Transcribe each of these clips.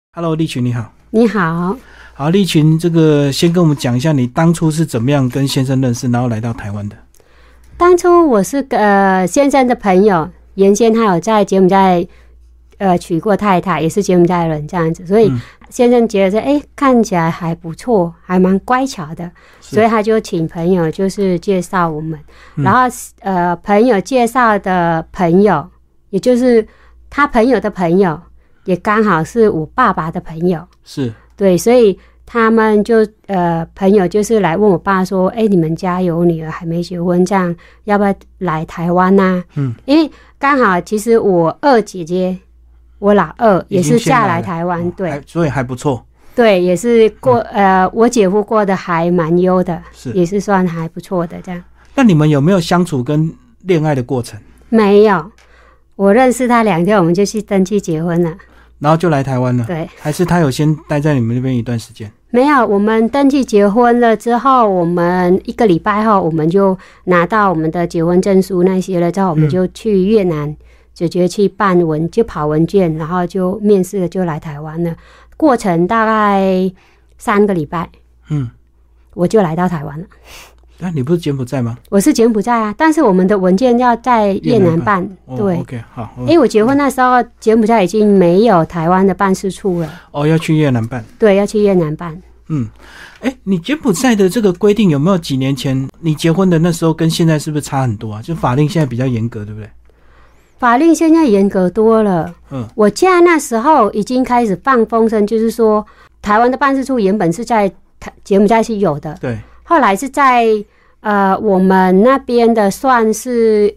Hello， 立群你好。 你好。 好，立群，这个先跟我们讲一下你当初是怎么样跟先生认识，然后来到台湾的。 当初我是先生的朋友，原先他有在柬埔寨娶过太太，也是柬埔寨人这样子，所以先生觉得看起来还不错，还蛮乖巧的，所以他就请朋友就是介绍我们，然后朋友介绍的朋友，也就是他朋友的朋友，也刚好是我爸爸的朋友，是对，所以他们就朋友就是来问我爸说，你们家有女儿还没结婚，这样要不要来台湾啊？因为刚好其实我二姐姐，我老二也是嫁来台湾，对， 所以还不错。 对，也是我姐夫过得还蛮优的，是也是算还不错的这样。 那你们有没有相处跟恋爱的过程？ 没有，我认识他2天，我们就去登记结婚了。 然后就来台湾了？ 对。 还是他有先待在你们那边一段时间？ 没有，我们登记结婚了之后，我们1个礼拜后，我们就拿到我们的结婚证书那些了之后，我们就去越南直接去就跑文件，然后就面试了，就来台湾了。过程大概3个礼拜，我就来到台湾了。 你不是柬埔寨吗？ 我是柬埔寨啊，但是我们的文件要在越南办。对、 OK， 好。 因为我结婚那时候，柬埔寨已经没有台湾的办事处了。 要去越南办。 对，要去越南办。 你柬埔寨的这个规定有没有几年前你结婚的那时候跟现在是不是差很多啊？就法令现在比较严格，对不对？ 法令现在严格多了。我嫁那时候已经开始放风声，就是说台湾的办事处原本是在柬埔寨是有的，对。后来是在我们那边的，算是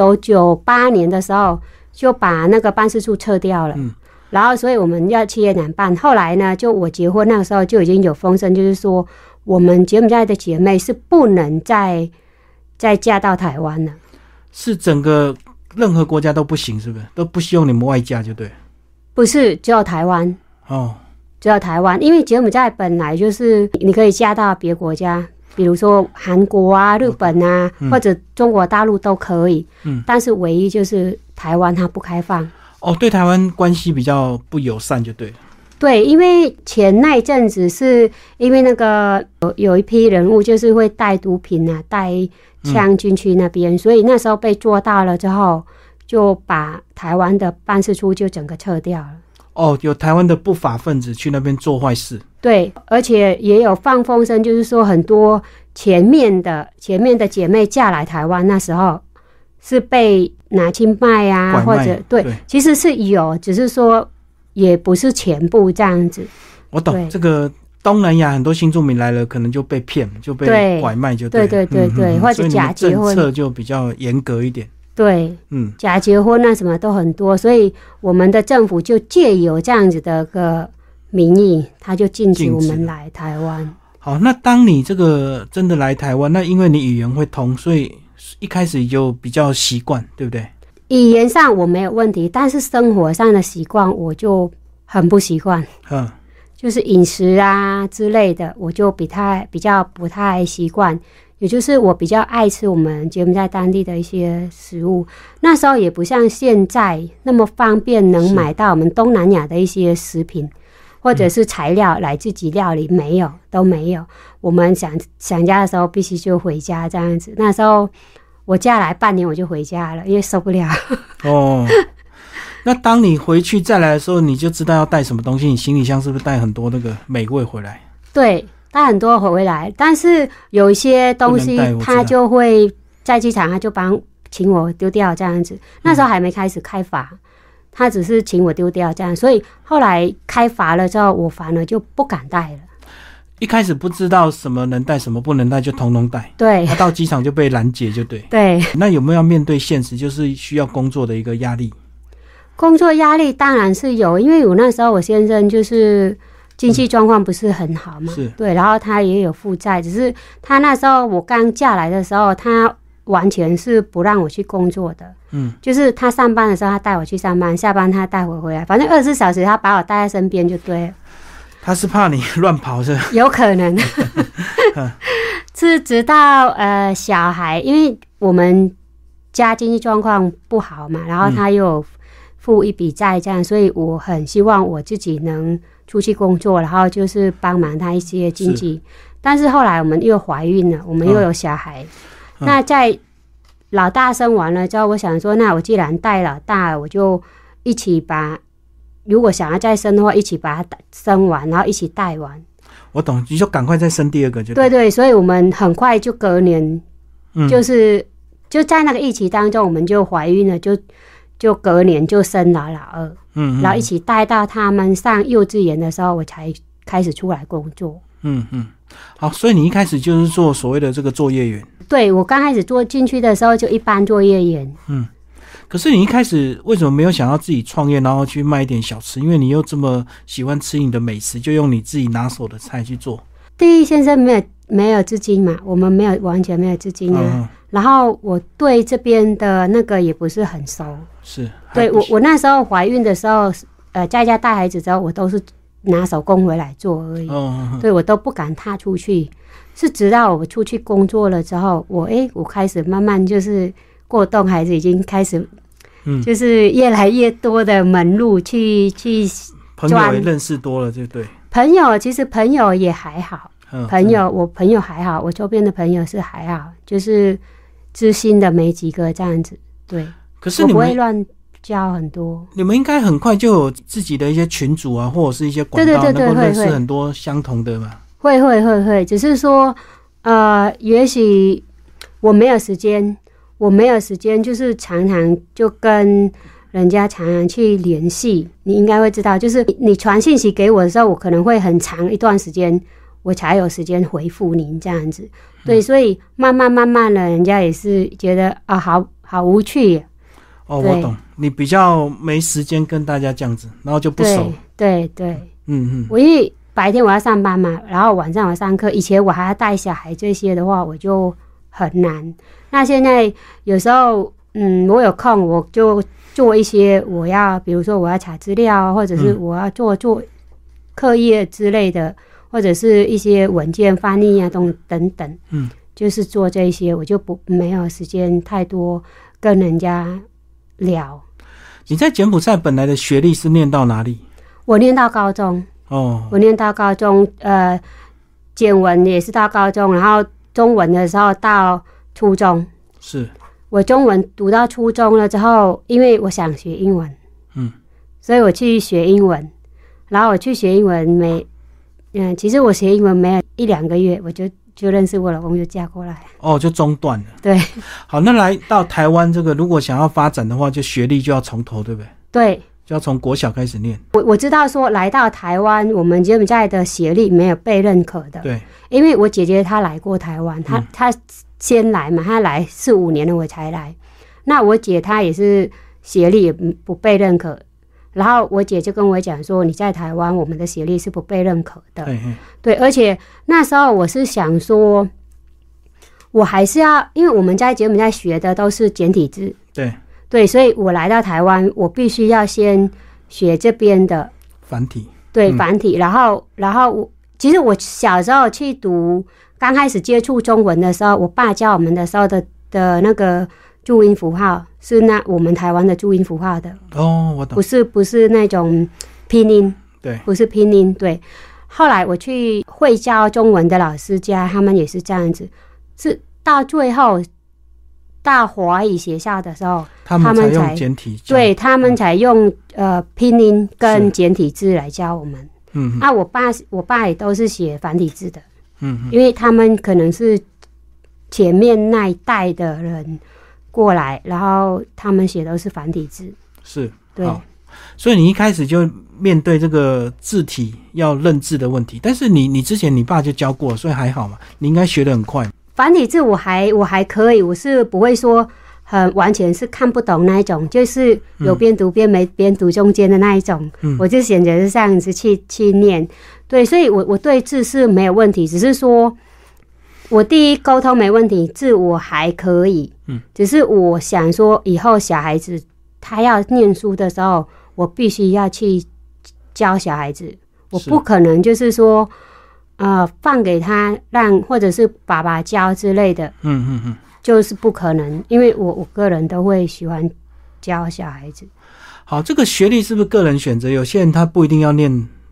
1998年的时候就把那个办事处撤掉了。然后所以我们要去越南办。后来呢，就我结婚那个时候就已经有风声，就是说我们柬埔寨的姐妹是不能再嫁到台湾了。 是整个任何国家都不行，是不是？都不希望你们外嫁就对？不是，只有台湾。只有台湾，因为柬埔寨本来就是你可以嫁到别国家，比如说韩国啊、日本啊，或者中国大陆都可以。但是唯一就是台湾它不开放。 对台湾关系比较不友善就对了。 对，因为前那一阵子是因为那个有一批人物就是会带毒品啊、带枪进去那边，所以那时候被捉到了之后，就把台湾的办事处就整个撤掉了。 有台湾的不法分子去那边做坏事。对， 而且也有放风声，就是说很多前面的姐妹嫁来台湾那时候是被拿去卖啊，或者对，其实是有，只是说也不是全部这样子。我懂，这个东南亚很多新住民来了，可能就被骗，就被拐卖，就对，或者假结婚，政策就比较严格一点。对，假结婚啊什么都很多，所以我们的政府就借由这样子的个名义，他就禁止我们来台湾。好，那当你这个真的来台湾，那因为你语言会通，所以一开始就比较习惯，对不对？语言上我没有问题，但是生活上的习惯我就很不习惯。就是饮食啊之类的，我就比较不太习惯。也就是我比较爱吃我们柬埔寨当地的一些食物，那时候也不像现在那么方便能买到我们东南亚的一些食品或者是材料来自己料理，都没有。我们想家的时候必须就回家这样子。那时候我嫁来半年我就回家了，因为受不了。那当你回去再来的时候，你就知道要带什么东西，你行李箱是不是带很多那个美味回来？对，带很多回来，但是有一些东西他就会在机场他就请我丢掉这样子。那时候还没开始开罚，他只是请我丢掉这样，所以后来开罚了之后，我反而就不敢带了。一开始不知道什么能带什么不能带，就统统带。对，他到机场就被拦截就对。对，那有没有要面对现实，就是需要工作的一个压力？工作压力当然是有，因为我那时候我先生就是经济状况不是很好嘛，对，然后他也有负债，只是他那时候我刚嫁来的时候，他完全是不让我去工作的。就是他上班的时候他带我去上班，下班他带我回来，反正24小时他把我带在身边就对了。他是怕你乱跑是？有可能。是直到小孩，因为我们家经济状况不好嘛，然后他又有付一笔债这样，所以我很希望我自己能出去工作，然后就是帮忙他一些经济。但是后来我们又怀孕了，我们又有小孩。那在老大生完了之后，我想说，那我既然带老大，我就一起把，如果想要再生的话，一起把它生完，然后一起带完。 我懂，你就赶快再生第二个就对。对，所以我们很快就隔年，就在那个疫情当中，我们就怀孕了，就隔年就生了老二，然后一起带到他们上幼稚园的时候，我才开始出来工作。 好，所以你一开始就是做所谓的这个作业员。 对，我刚开始做进去的时候就一般作业员。 可是你一开始为什么没有想要自己创业，然后去卖一点小吃？因为你又这么喜欢吃你的美食，就用你自己拿手的菜去做。 第一先生没有资金嘛，我们完全没有资金啊。然后我对这边的那个也不是很熟。是。对，我那时候怀孕的时候，在家带孩子之后，我都是拿手工回来做而已。对，我都不敢踏出去。是直到我出去工作了之后，我开始慢慢就是过动，孩子已经开始，就是越来越多的门路去朋友也认识多了，对不对？ 其实朋友也还好，我朋友还好，我周边的朋友是还好，就是知心的没几个这样子。对，可是你们我不会乱交很多。你们应该很快就有自己的一些群组啊，或者是一些管道，能够认识很多相同的嘛？会，只是说，也许我没有时间，就是常常就跟人家常常去联系。你应该会知道，就是你传信息给我的时候，我可能会很长一段时间，我才有时间回复您这样子。对，所以慢慢的，人家也是觉得啊，好无趣。我懂，你比较没时间跟大家这样子，然后就不熟。对，我因为白天我要上班嘛，然后晚上我上课，以前我还要带小孩这些的话，我就很难。那现在有时候，我有空我就做一些比如说我要查资料，或者是我要做课业之类的，或者是一些文件翻译啊等等，就是做这些，我就没有时间太多跟人家聊。你在柬埔寨本来的学历是念到哪里？我念到高中。我念到高中，简文也是到高中，然后中文的时候到初中。是。我中文读到初中了之后，因为我想学英文，所以我去学英文。然后我去学英文其实我学英文没有1-2个月，我就认识我老公，就嫁过来。就中断了。对。好，那来到台湾这个，如果想要发展的话，就学历就要从头，对不对？对。就要从国小开始念。我知道说来到台湾，我们柬埔寨的学历没有被认可的。对。因为我姐姐她来过台湾，她先来嘛，她来4-5年了我才来。那我姐她也是学历也不被认可，然后我姐就跟我讲说，你在台湾我们的学历是不被认可的。对，而且那时候我是想说，我还是要，因为我们在柬埔寨学的都是简体字。对，所以我来到台湾，我必须要先学这边的繁体。对，繁体。然后其实我小时候去读，刚开始接触中文的时候，我爸教我们的时候的那个注音符号是我们台湾的注音符号的。我懂。不是那种拼音。对。不是拼音。对。后来我去会教中文的老师家，他们也是这样子，是到最后。到华语学校的时候，他们才用简体，对，他们才用拼音跟简体字来教我们。我爸也都是写繁体字的。因为他们可能是前面那一代的人过来，然后他们写都是繁体字。是，对。所以你一开始就面对这个字体要认字的问题，但是你之前你爸就教过，所以还好嘛，你应该学得很快。繁体字我还可以，我是不会说完全是看不懂那一种，就是有边读边没边读中间的那一种，我就选择是这样子去念。对，所以我对字是没有问题，只是说我第一沟通没问题，字我还可以，只是我想说以后小孩子他要念书的时候，我必须要去教小孩子，我不可能就是说放给他或者是爸爸教之类的，就是不可能，因为我个人都会喜欢教小孩子。好，这个学历是不是个人选择？有些人他不一定要念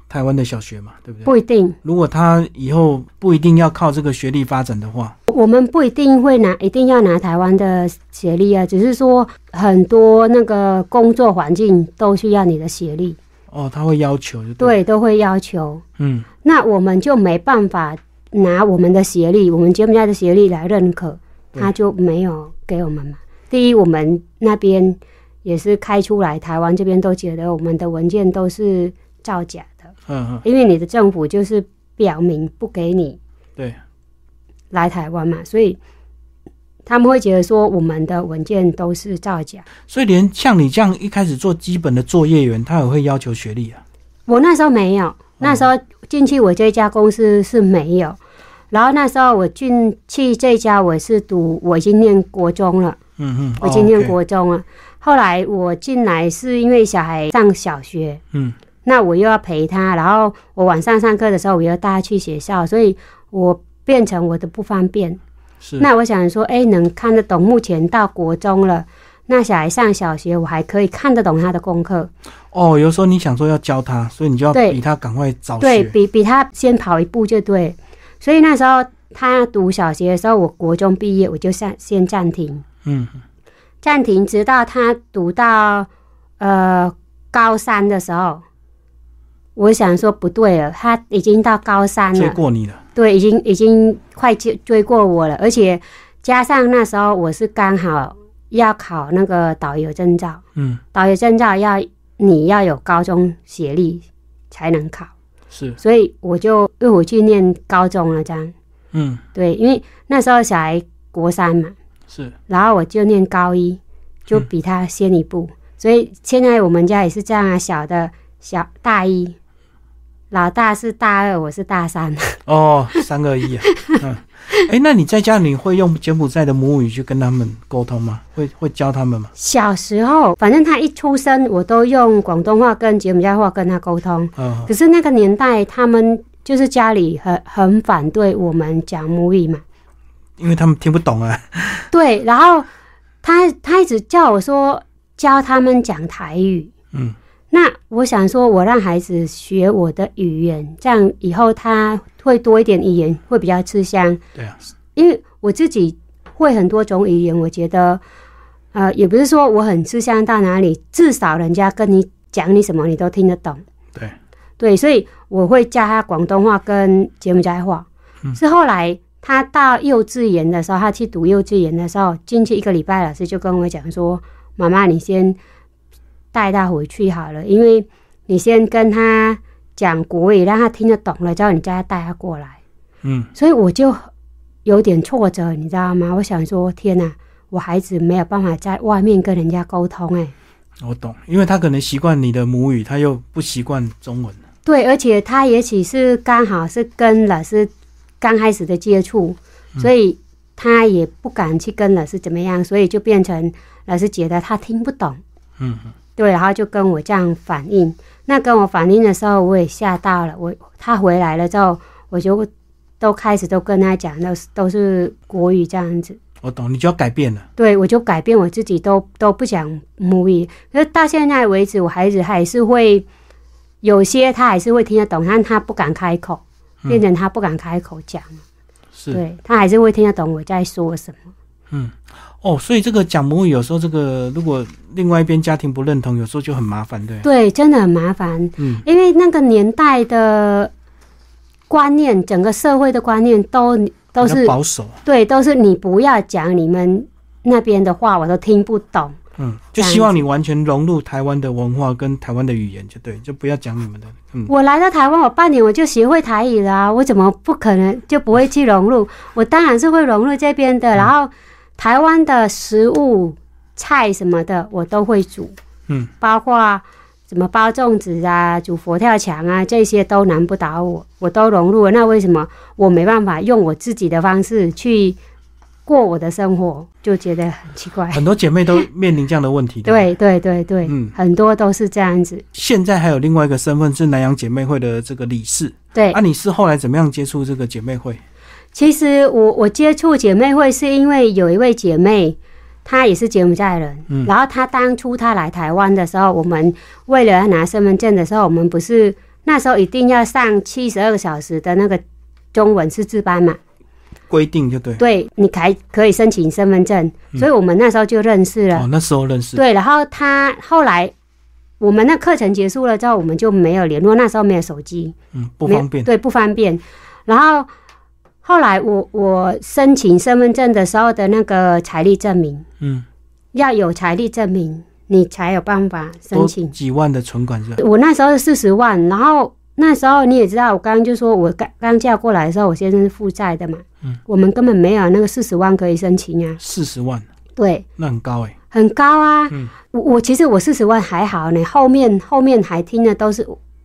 台湾的小学嘛，对不对？ 不一定。 如果他以后不一定要靠这个学历发展的话， 我们不一定会一定要拿台湾的学历啊，只是说很多那个工作环境都需要你的学历。 哦，他会要求就对，都会要求。 嗯， 那我们就没办法拿我们的学历，我们柬埔寨的学历来认可，他就没有给我们嘛。第一，我们那边也是开出来，台湾这边都觉得我们的文件都是造假的。因为你的政府就是表明不给你对来台湾嘛，所以他们会觉得说我们的文件都是造假。 所以连像你这样一开始做基本的作业员，他也会要求学历啊？ 我那时候没有，那时候进去我这家公司是没有。然后那时候我进去这家，我已经念国中了。我已经念国中了。后来我进来是因为小孩上小学，那我又要陪他，然后我晚上上课的时候我又带他去学校，所以我变成我的不方便。那我想说，能看得懂，目前到国中了，那小孩上小学，我还可以看得懂他的功课。 哦，有时候你想说要教他，所以你就要比他赶快早学， 对，比他先跑一步就对。所以那时候他读小学的时候，我国中毕业，我就先暂停。暂停直到他读到高3的时候，我想说不对了，他已经到高3了， 追过你了。对， 已经快追过我了，而且加上那时候我是刚好要考那个导游证照，导游证照你要有高中学历才能考， 是， 所以我就因为我去念高中了这样，对，因为那时候小孩国3嘛。 是， 然后我就念高1，就比他先一步，所以现在我们家也是这样啊，大1，老大是大2，我是大3。 哦，3个1啊。那你在家里会用柬埔寨的母语去跟他们沟通吗？会教他们吗？ 小时候，反正他一出生，我都用广东话跟柬埔寨话跟他沟通。可是那个年代，他们就是家里很反对我们讲母语嘛。 因为他们听不懂啊。 对，然后他一直叫我说教他们讲台语。那我想说，我让孩子学我的语言，这样以后他会多一点语言，会比较吃香。 对啊， 因为我自己会很多种语言，我觉得也不是说我很吃香到哪里，至少人家跟你讲你什么，你都听得懂。对，所以我会教他广东话跟柬埔寨话。是后来他到幼稚园的时候，他去读幼稚园的时候，进去1个礼拜，老师就跟我讲说：“妈妈，你先带他回去好了，因为你先跟他讲国语，让他听得懂了，之后你再带他过来。”所以我就有点挫折，你知道吗？我想说，天哪，我孩子没有办法在外面跟人家沟通。 我懂，因为他可能习惯你的母语，他又不习惯中文。对， 而且他也许是刚好是跟老师刚开始的接触，所以他也不敢去跟老师怎么样，所以就变成老师觉得他听不懂。对，然后就跟我这样反映。那跟我反映的时候，我也吓到了。他回来了之后，我就都开始都跟他讲，都是国语这样子。 我懂，你就要改变了。 对，我就改变我自己，都不讲母语。可是到现在为止，我孩子还是会有些他还是会听得懂，但他不敢开口。变成他不敢开口讲，对，他还是会听得懂我在说什么。 所以这个讲母语有时候这个如果另外一边家庭不认同，有时候就很麻烦， 对，真的很麻烦。因为那个年代的观念，整个社会的观念都是保守， 对，都是你不要讲你们那边的话，我都听不懂。 就希望你完全融入台湾的文化跟台湾的语言，就对，就不要讲你们的。 我来到台湾，我半年我就学会台语了我怎么不可能就不会去融入？我当然是会融入这边的。然后台湾的食物、菜什么的，我都会煮。包括什么包粽子啊、煮佛跳墙啊，这些都难不倒我，我都融入了。那为什么我没办法用我自己的方式去过我的生活，就觉得很奇怪。 很多姐妹都面临这样的问题。 对，很多都是这样子。 现在还有另外一个身份是南洋姐妹会的这个理事。 对， 你是后来怎么样接触这个姐妹会？ 其实我接触姐妹会是因为有一位姐妹，她也是柬埔寨人，然后她当初她来台湾的时候，我们为了要拿身份证的时候，我们不是那时候一定要上72个小时的那个中文识字班嘛， 规定就对。 对，你可以申请身份证，所以我们那时候就认识了。 那时候认识。 对，然后他后来我们那课程结束了之后，我们就没有联络。那时候没有手机， 不方便。 对，不方便。然后后来我申请身份证的时候的那个财力证明，要有财力证明，你才有办法申请。 几万的存款是吧？ 我那时候是40万，然后那时候你也知道，我刚刚就说我刚嫁过来的时候，我先生是负债的嘛，我们根本没有那个40万可以申请啊。 40万， 对， 那很高很高啊。我其实我40万还好呢，后面还听的都是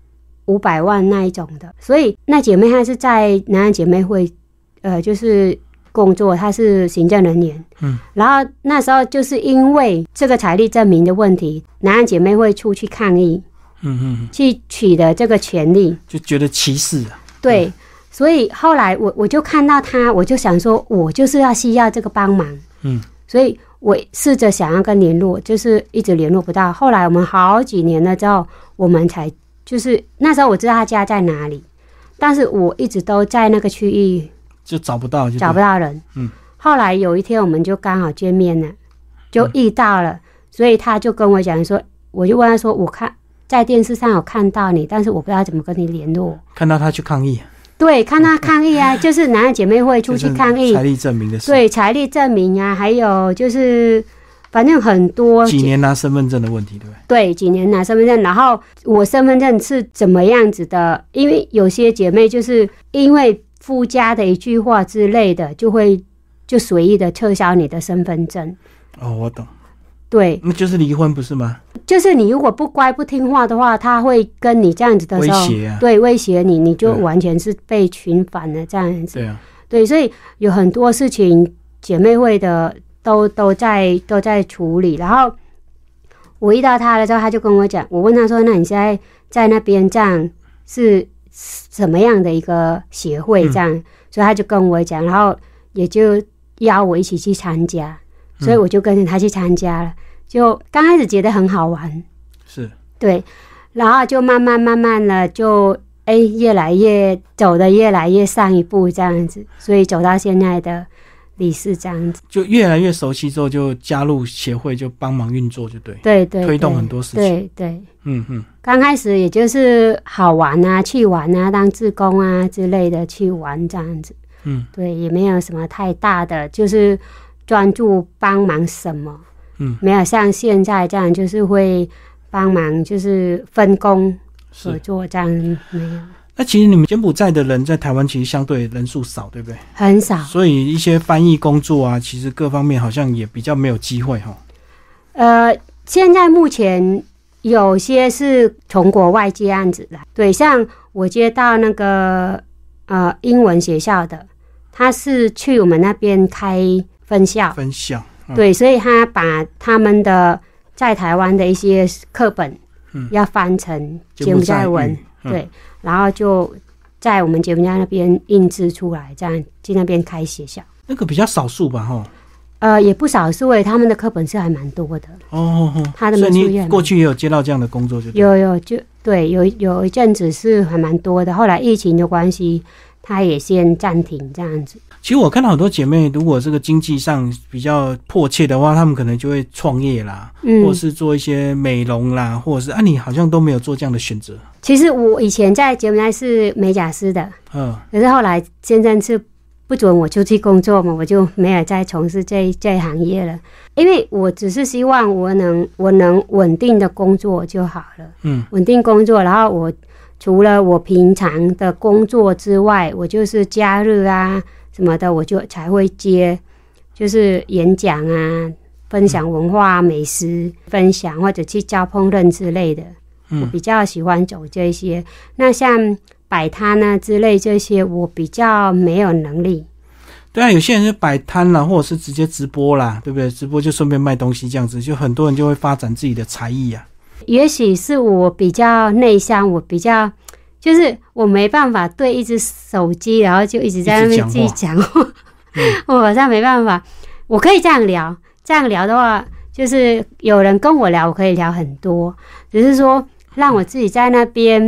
500万那一种的。所以那姐妹她是在南岸姐妹会，就是工作，她是行政人员。然后那时候就是因为这个财力证明的问题，南岸姐妹会出去抗议。去取得这个权利， 就觉得歧视啊。 对，所以后来我就看到他，我就想说，我就是需要这个帮忙。所以我试着想要跟联络，就是一直联络不到。后来我们好几年了之后，我们才就是那时候我知道他家在哪里，但是我一直都在那个区域就找不到人。后来有一天我们就刚好见面了，就遇到了，所以他就跟我讲说，我就问他说，我看在电视上有看到你，但是我不知道怎么跟你联络。 看到他去抗议。 对，看他抗议啊，就是南岸姐妹会出去抗议， 财力证明的事。 对，财力证明啊，还有就是反正很多几年拿身份证的问题，对不对？ 对，几年拿身份证，然后我身份证是怎么样子的？因为有些姐妹就是因为夫家的一句话之类的，就随意的撤销你的身份证。 我懂。 对， 那就是离婚不是吗？ 就是你如果不乖不听话的话，他会跟你这样子的时候威胁啊， 对，威胁你，你就完全是被群反了这样子。 对啊， 对，所以有很多事情姐妹会的都在处理。然后我遇到他了之后，他就跟我讲，我问他说：“那你现在在那边这样是什么样的一个协会？”这样，所以他就跟我讲，然后也就邀我一起去参加，所以我就跟着他去参加了。就刚开始觉得很好玩， 是对，然后就慢慢了，就越来越走得越来越上一步这样子，所以走到现在的理事这样子， 就越来越熟悉之后，就加入协会，就帮忙运作，就对， 对对， 推动很多事情， 对，刚开始也就是好玩啊，去玩啊，当志工啊之类的去玩这样子，对，也没有什么太大的，就是专注帮忙什么。没有像现在这样，就是会帮忙，就是分工合作这样，没有。 那其实你们柬埔寨的人在台湾其实相对人数少，对不对？ 很少， 所以一些翻译工作啊，其实各方面好像也比较没有机会哈。 现在目前有些是从国外接案子来，对，像我接到那个英文学校的，他是去我们那边开分校。对，所以他把他们的在台湾的一些课本要翻成柬埔寨文，对，然后就在我们柬埔寨那边印制出来，这样去那边开学校。 那个比较少数吧， 也不少数，他们的课本是还蛮多的。他的所以你过去也有接到这样的工作就对， 有就对，有一阵子是还蛮多的，后来疫情的关系，他也先暂停这样子。 其实我看到很多姐妹，如果这个经济上比较迫切的话，她们可能就会创业啦，或者是做一些美容啦，或者是你好像都没有做这样的选择。 其实我以前在柬埔寨是美甲师的，可是后来先生是不准我出去工作嘛，我就没有再从事这一行业了，因为我只是希望我能稳定的工作就好了，稳定工作，然后我除了我平常的工作之外，我就是假日啊什么的，我就才会接，就是演讲啊，分享文化、美食分享，或者去教烹饪之类的。我比较喜欢走这些。那像摆摊啊之类这些，我比较没有能力。 对啊，有些人就摆摊啦，或者是直接直播啦，对不对？直播就顺便卖东西这样子，就很多人就会发展自己的才艺啊。 也许是我比较内向，我比较就是我没办法对一只手机，然后就一直在那边自己讲话，我好像没办法。我可以这样聊，这样聊的话，就是有人跟我聊，我可以聊很多。只是说让我自己在那边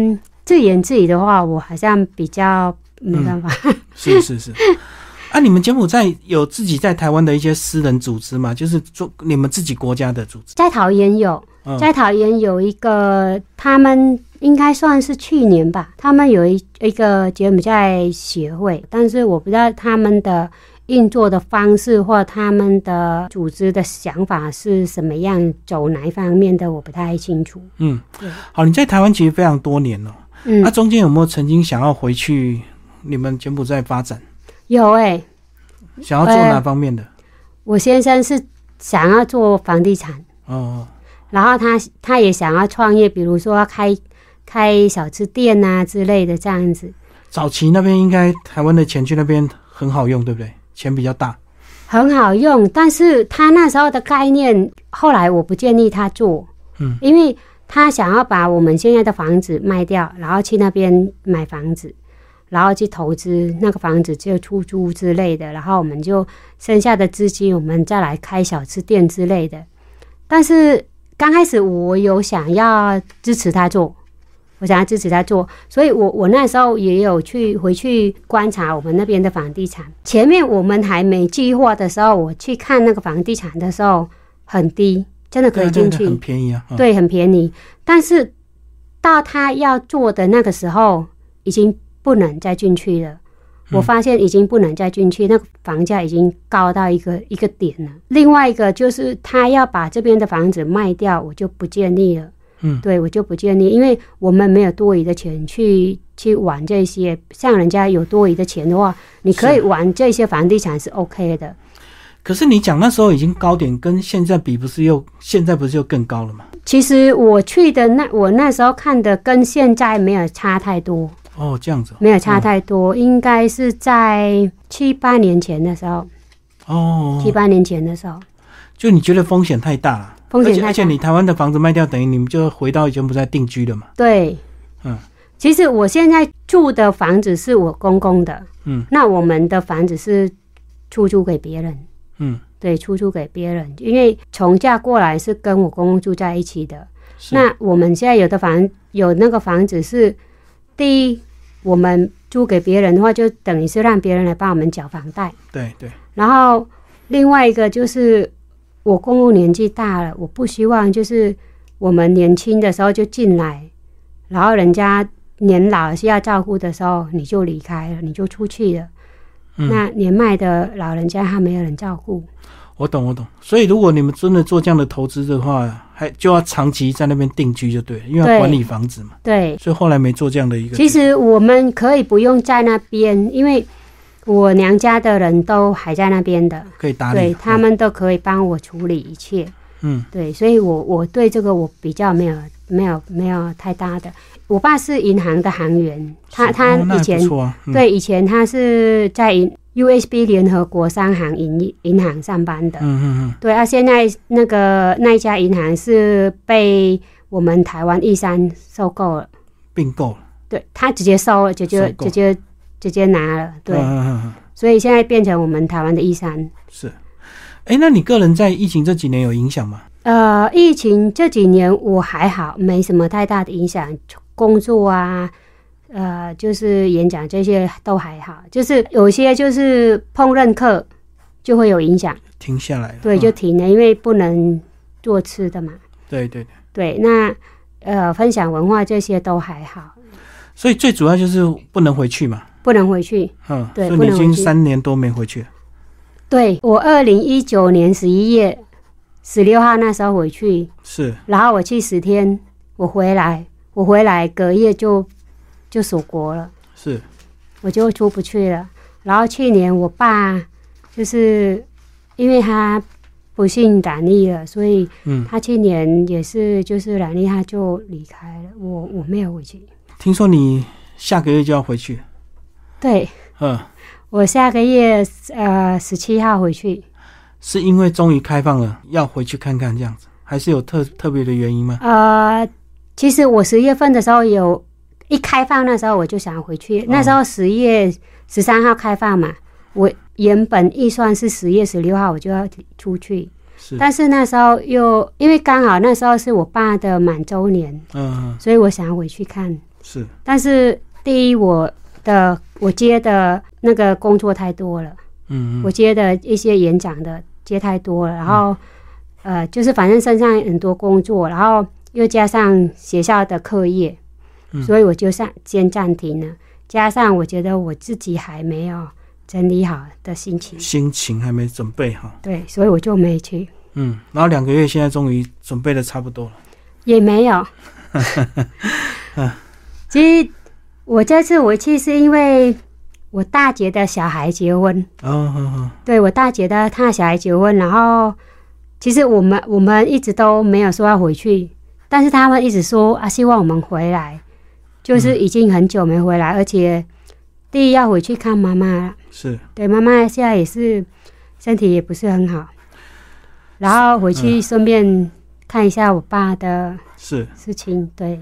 自言自语的话，我好像比较没办法。 是啊，你们柬埔寨有自己在台湾的一些私人组织吗？就是做你们自己国家的组织？ 在桃园有，在桃园有一个，他们应该算是去年吧，他们有一个柬埔寨协会，但是我不知道他们的运作的方式或他们的组织的想法是什么样，走哪一方面的我不太清楚。 好，你在台湾其实非常多年了，那中间有没有曾经想要回去你们柬埔寨发展？有想要做哪方面的？ 我先生是想要做房地产然后他也想要创业，比如说开小吃店啊之类的这样子。 早期那边应该台湾的钱去那边很好用，对不对？钱比较大， 很好用，但是他那时候的概念，后来我不建议他做，因为他想要把我们现在的房子卖掉，然后去那边买房子。然后去投资那个房子就出租之类的，然后我们就剩下的资金我们再来开小吃店之类的。但是刚开始我有想要支持他做，所以我那时候也有回去观察我们那边的房地产。前面我们还没计划的时候，我去看那个房地产的时候很低，真的可以进去， 很便宜啊。 对，很便宜。但是到他要做的那个时候，已经不能再进去了。我发现已经不能再进去，那个房价已经高到一个点了。另外一个就是他要把这边的房子卖掉，我就不建议了。对，我就不建议，因为我们没有多余的钱去玩这些。像人家有多余的钱的话，你可以玩这些房地产是 OK 的。 可是你讲那时候已经高点，跟现在比现在不是又更高了吗？ 其实我去的我那时候看的跟现在没有差太多。 这样子没有差太多，应该是在7-8年前的时候。7-8年前的时候， 就你觉得风险太大了，而且你台湾的房子卖掉，等于你们就回到柬埔寨定居了嘛？ 对，其实我现在住的房子是我公公的，那我们的房子是出租给别人，对，出租给别人，因为从嫁过来是跟我公公住在一起的。那我们现在有那个房子是，第一，我们租给别人的话，就等于是让别人来帮我们缴房贷。 对。 然后另外一个就是我公公年纪大了，我不希望就是我们年轻的时候就进来，然后人家年老需要照顾的时候你就离开了，你就出去了。那年迈的老人家他没有人照顾。 我懂。所以如果你们真的做这样的投资的话，就要长期在那边定居就对了，因为要管理房子嘛。对，所以后来没做这样的一个。 其实我们可以不用在那边，因为我娘家的人都还在那边的， 可以打理， 对，他们都可以帮我处理一切。对，所以我对这个我比较没有太大的。我爸是银行的行员，他以前对，以前他是在USB 联合国商行银行上班的。对啊，现在那一家银行是被我们台湾义山收购了， 并购了。 对，他直接收了，直接拿了。对，所以现在变成我们台湾的义山。 是，那你个人在疫情这几年有影响吗？ 疫情这几年我还好，没什么太大的影响，工作啊。就是演讲这些都还好，就是有些就是烹饪课就会有影响， 停下来了。 对，就停了，因为不能做吃的嘛。对，那分享文化这些都还好。 所以最主要就是不能回去嘛。 不能回去。对， 所以你已经3年多没回去了。 对，我2019年11月16号那时候回去， 是， 然后我去10天，我回来隔夜就锁国了， 是， 我就出不去了。然后去年我爸就是因为他不幸染疫了，所以他去年也是就是染疫，他就离开了。我没有回去。 听说你下个月就要回去？ 对，我下个月17号回去。 是因为终于开放了，要回去看看这样子，还是有特别的原因吗？ 其实我10月份的时候一开放那时候我就想回去，那时候10月13号开放嘛，我原本预算是10月16号我就要出去，但是那时候又因为刚好那时候是我爸的满周年，所以我想回去看是， 但是第一我接的那个工作太多了，我接的一些演讲的接太多了，然后就是反正身上很多工作，然后又加上学校的课业，所以我就先暂停了。加上我觉得我自己还没有整理好的心情还没准备好， 对，所以我就没去。 然后2个月现在终于准备的差不多了， 也没有。其实我这次回去是因为我大姐的小孩结婚，对，我大姐的她小孩结婚，然后其实我们一直都没有说要回去，但是他们一直说希望我们回来，就是已经很久没回来，而且第一要回去看妈妈， 是，对， 妈妈现在也是身体也不是很好，然后回去顺便看一下我爸的事情，对。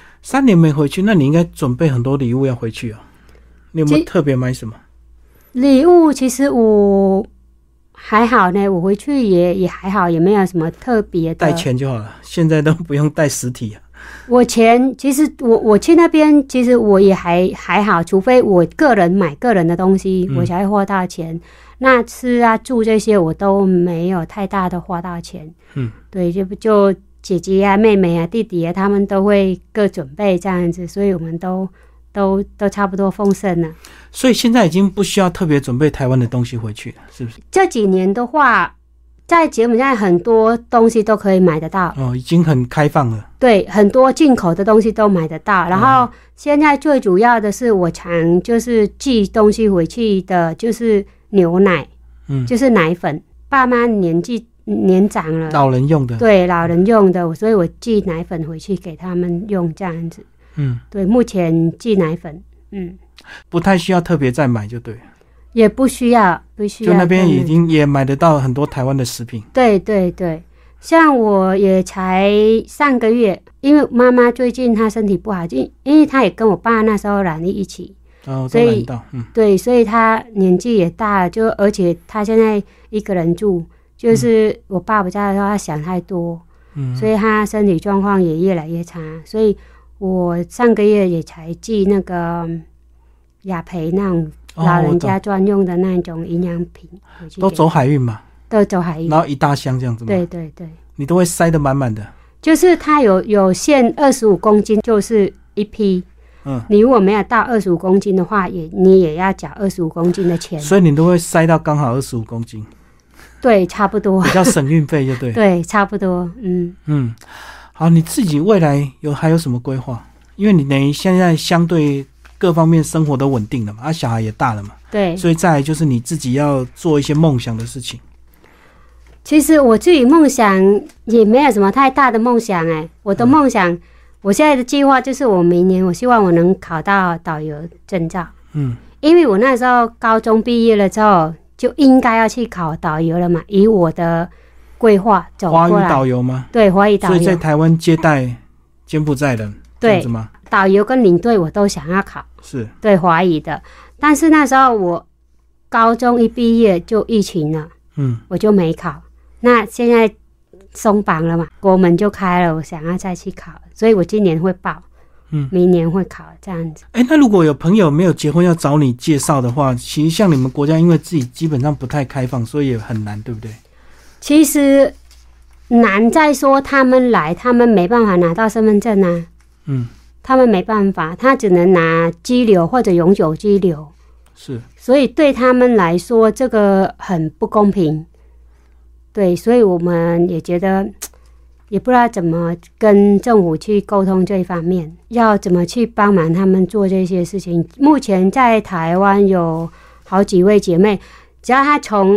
3年没回去，那你应该准备很多礼物要回去你有没有特别买什么礼物？其实我还好呢，我回去也还好，也没有什么特别的。 带钱就好了，现在都不用带实体我钱其实我去那边，其实我也还好，除非我个人买个人的东西，我才会花到钱。那吃啊住这些我都没有太大的花到钱。对，就姐姐啊、妹妹啊、弟弟啊，他们都会各准备这样子，所以我们都差不多丰盛了。 所以现在已经不需要特别准备台湾的东西回去了，是不是？ 这几年的话，在柬埔寨很多东西都可以买得到已经很开放了。对， 很多进口的东西都买得到。然后现在最主要的是，我常就是寄东西回去的，就是牛奶，就是奶粉。爸妈年长了， 老人用的， 对，老人用的，所以我寄奶粉回去给他们用，这样子。对，目前寄奶粉， 不太需要特别再买就对了， 也不需要， 就那边已经也买得到很多台湾的食品。 对对对，像我也才上个月，因为妈妈最近她身体不好，因为她也跟我爸那时候染疫一起， 所以对，所以她年纪也大了，而且她现在一个人住。就是我爸不在的时候，他想太多，所以他身体状况也越来越差。所以我上个月也才寄那个雅培那种老人家专用的那种营养品回去。 都走海运嘛？ 都走海运， 然后一大箱这样子吗？ 对对对， 你都会塞得满满的。 就是它有限25公斤，就是一批。你如果没有到25公斤的话，你也要缴25公斤的钱。 所以你都会塞到刚好25公斤。 对，差不多， 比较省运费就对。 对，差不多。 好，你自己未来还有什么规划？因为你等于现在相对各方面生活都稳定了嘛，小孩也大了嘛， 对， 所以再来就是你自己要做一些梦想的事情。 其实我自己梦想也没有什么太大的梦想我的梦想，我现在的计划就是我明年我希望我能考到导游证照。因为我那时候高中毕业了之后。就应该要去考导游了嘛，以我的规划走过来。 华语导游吗？ 对，华语导游。 所以在台湾接待柬埔寨人，这样子吗？ 导游跟领队我都想要考， 是对华语的。但是那时候我高中一毕业就疫情了，我就没考。那现在松绑了嘛，国门就开了，我想要再去考，所以我今年会报。明年会考这样子。 那如果有朋友没有结婚要找你介绍的话，其实像你们国家因为自己基本上不太开放，所以也很难，对不对？ 其实难在说他们来，他们没办法拿到身份证啊。他们没办法，他只能拿居留或者永久居留。 是，所以对他们来说这个很不公平。对，所以我们也觉得也不知道怎么跟政府去沟通这一方面，要怎么去帮忙他们做这些事情。目前在台湾有好几位姐妹，只要她从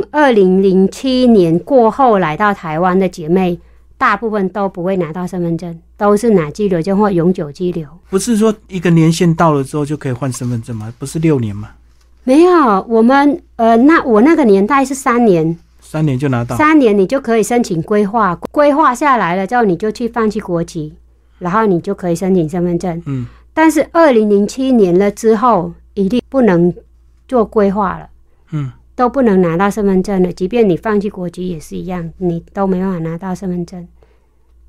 2007年过后来到台湾的姐妹，大部分都不会拿到身份证，都是拿居留证或永久居留。 不是说一个年限到了之后就可以换身份证吗？不是6年吗？ 没有，我们我那个年代是3年。 3年就拿到 ，3年你就可以申请规划，规划下来了之后，你就去放弃国籍，然后你就可以申请身份证。但是2007年了之后，一律不能做规划了，都不能拿到身份证了。即便你放弃国籍也是一样，你都没办法拿到身份证。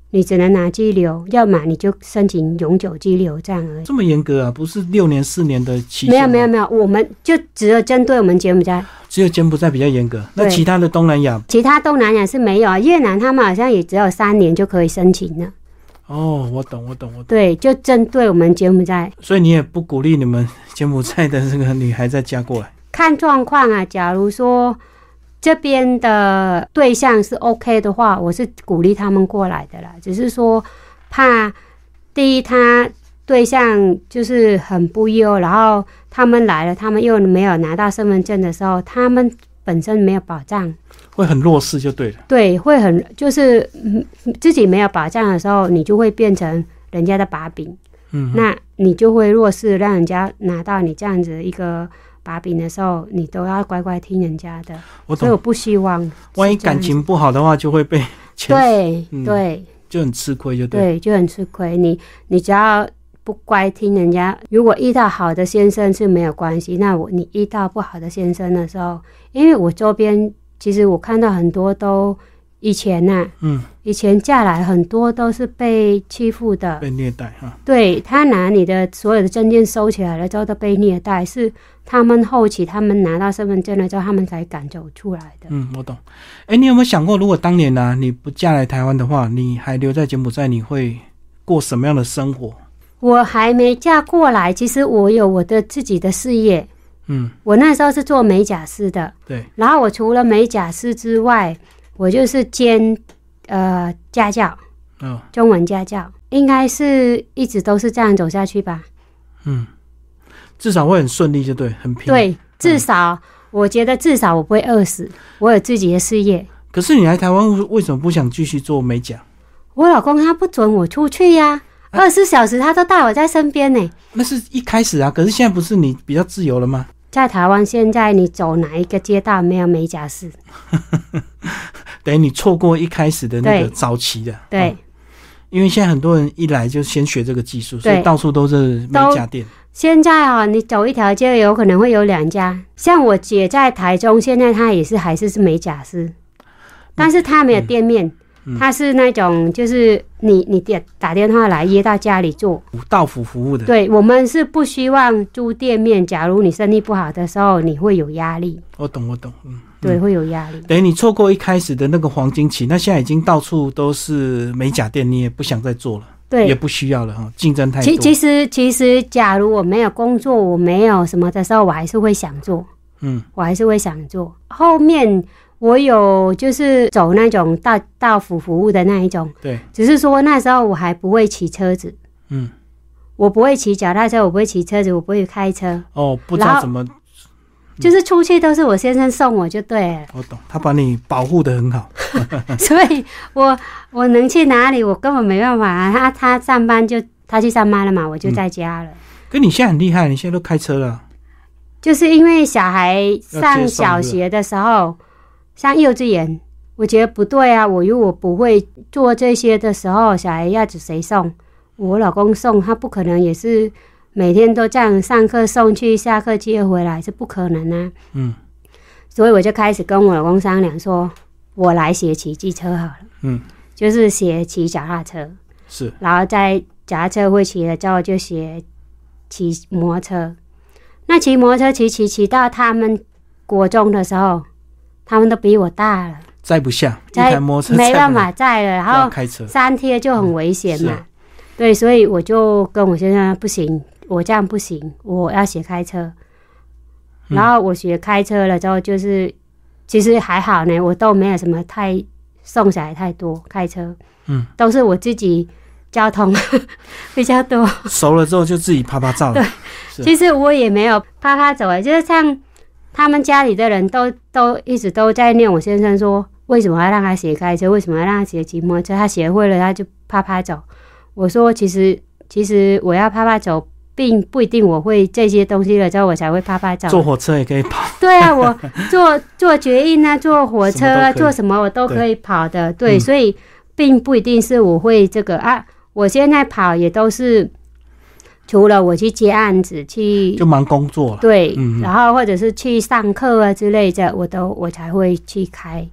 你只能拿居留，要么你就申请永久居留这样而已。 这么严格啊？不是6年4年的期限？ 没有，我们就只有针对我们柬埔寨， 只有柬埔寨比较严格。那其他的东南亚？ 其他东南亚是没有啊。越南他们好像也只有3年就可以申请了。 哦，我懂。 对，就针对我们柬埔寨。 所以你也不鼓励你们柬埔寨的这个女孩再嫁过来？看状况啊，假如说这边的对象是 OK 的话，我是鼓励他们过来的啦。只是说怕第一，他对象就是很不优，然后他们来了，他们又没有拿到身份证的时候，他们本身没有保障，会很弱势就对了。对，会很就是自己没有保障的时候，你就会变成人家的把柄。那你就会弱势，让人家拿到你这样子一个把柄的时候，你都要乖乖听人家的。所以我不希望，万一感情不好的话，就会被对，就很吃亏，对，就很吃亏。你只要不乖听人家，如果遇到好的先生是没有关系，那你遇到不好的先生的时候，因为我周边其实我看到很多都以前以前嫁来很多都是被欺负的，被虐待哈。对，他拿你的所有的证件收起来了之后都被虐待，是他们后期他们拿到身份证了之后，他们才赶走出来的。我懂。你有没有想过，如果当年你不嫁来台湾的话，你还留在柬埔寨，你会过什么样的生活？我还没嫁过来，其实我有我的自己的事业。我那时候是做美甲师的。对。然后我除了美甲师之外，我就是兼家教，中文家教，应该是一直都是这样走下去吧。至少会很顺利，就对，很平。对，至少我觉得至少我不会饿死，我有自己的事业。可是你来台湾为什么不想继续做美甲？我老公他不准我出去呀，24小时他都带我在身边呢。那是一开始啊，可是现在不是你比较自由了吗？在台湾现在你走哪一个街道没有美甲师？等于你错过一开始的那个早期的。对，因为现在很多人一来就先学这个技术，所以到处都是美甲店。现在你走一条街有可能会有2家，像我姐在台中，现在她也是还是美甲师，但是她没有店面，她是那种就是你打电话来约到家里做到府服务的。对，我们是不希望租店面，假如你生意不好的时候，你会有压力。我懂。对，会有压力。等于你错过一开始的那个黄金期，那现在已经到处都是美甲店，你也不想再做了。对，也不需要了哈，竞争太多。其实，假如我没有工作，我没有什么的时候，我还是会想做。我还是会想做。后面我有就是走那种到府服务的那一种。对。只是说那时候我还不会骑车子。我不会骑脚踏车，我不会骑车子，我不会开车。不知道怎么。就是出去都是我先生送我就对了。我懂，他把你保护得很好。所以我能去哪里，我根本没办法啊。他上班就他去上班了嘛，我就在家了。可你现在很厉害，你现在都开车了。就是因为小孩上小学的时候，上幼稚园，我觉得不对啊。我如果不会做这些的时候，小孩要谁送？我老公送，他不可能也是。每天都这样上课送去，下课接回来是不可能啊。所以我就开始跟我老公商量说，我来学骑机车好了。就是学骑脚踏车。是。然后在脚踏车会骑了之后，就学骑摩托车。那骑摩托车骑到他们国中的时候，他们都比我大了，载不下一台摩托车，没办法载了。然后3贴就很危险嘛。对，所以我就跟我先生不行。我这样不行，我要学开车。然后我学开车了之后，就是其实还好呢，我都没有什么太送小孩太多开车。都是我自己交通比较多。熟了之后就自己趴照了。对，其实我也没有趴走，就是像他们家里的人都一直都在念我先生说，为什么要让他学开车？为什么要让他学骑摩托车？他学会了他就趴走。我说其实我要趴走。并不一定我会这些东西了之后我才会趴走。坐火车也可以跑。对啊，我坐捷运啊，坐火车啊，做什么我都可以跑的。对，所以并不一定是我会这个啊。我现在跑也都是除了我去接案子去就忙工作了。对，然后或者是去上课啊之类的，我才会去开。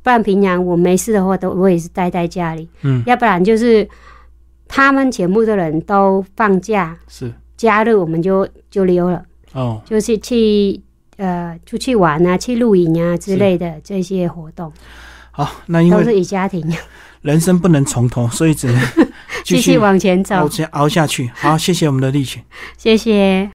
不然平常我没事的话我也是待在家里，要不然就是他们全部的人都放假， 是假日我们就溜了，就是去出去玩啊，去露营啊之类的这些活动。 好，那因为都是以家庭， 人生不能从头，所以只能继续往前走， 熬下去。好，谢谢我们的立群， 谢谢。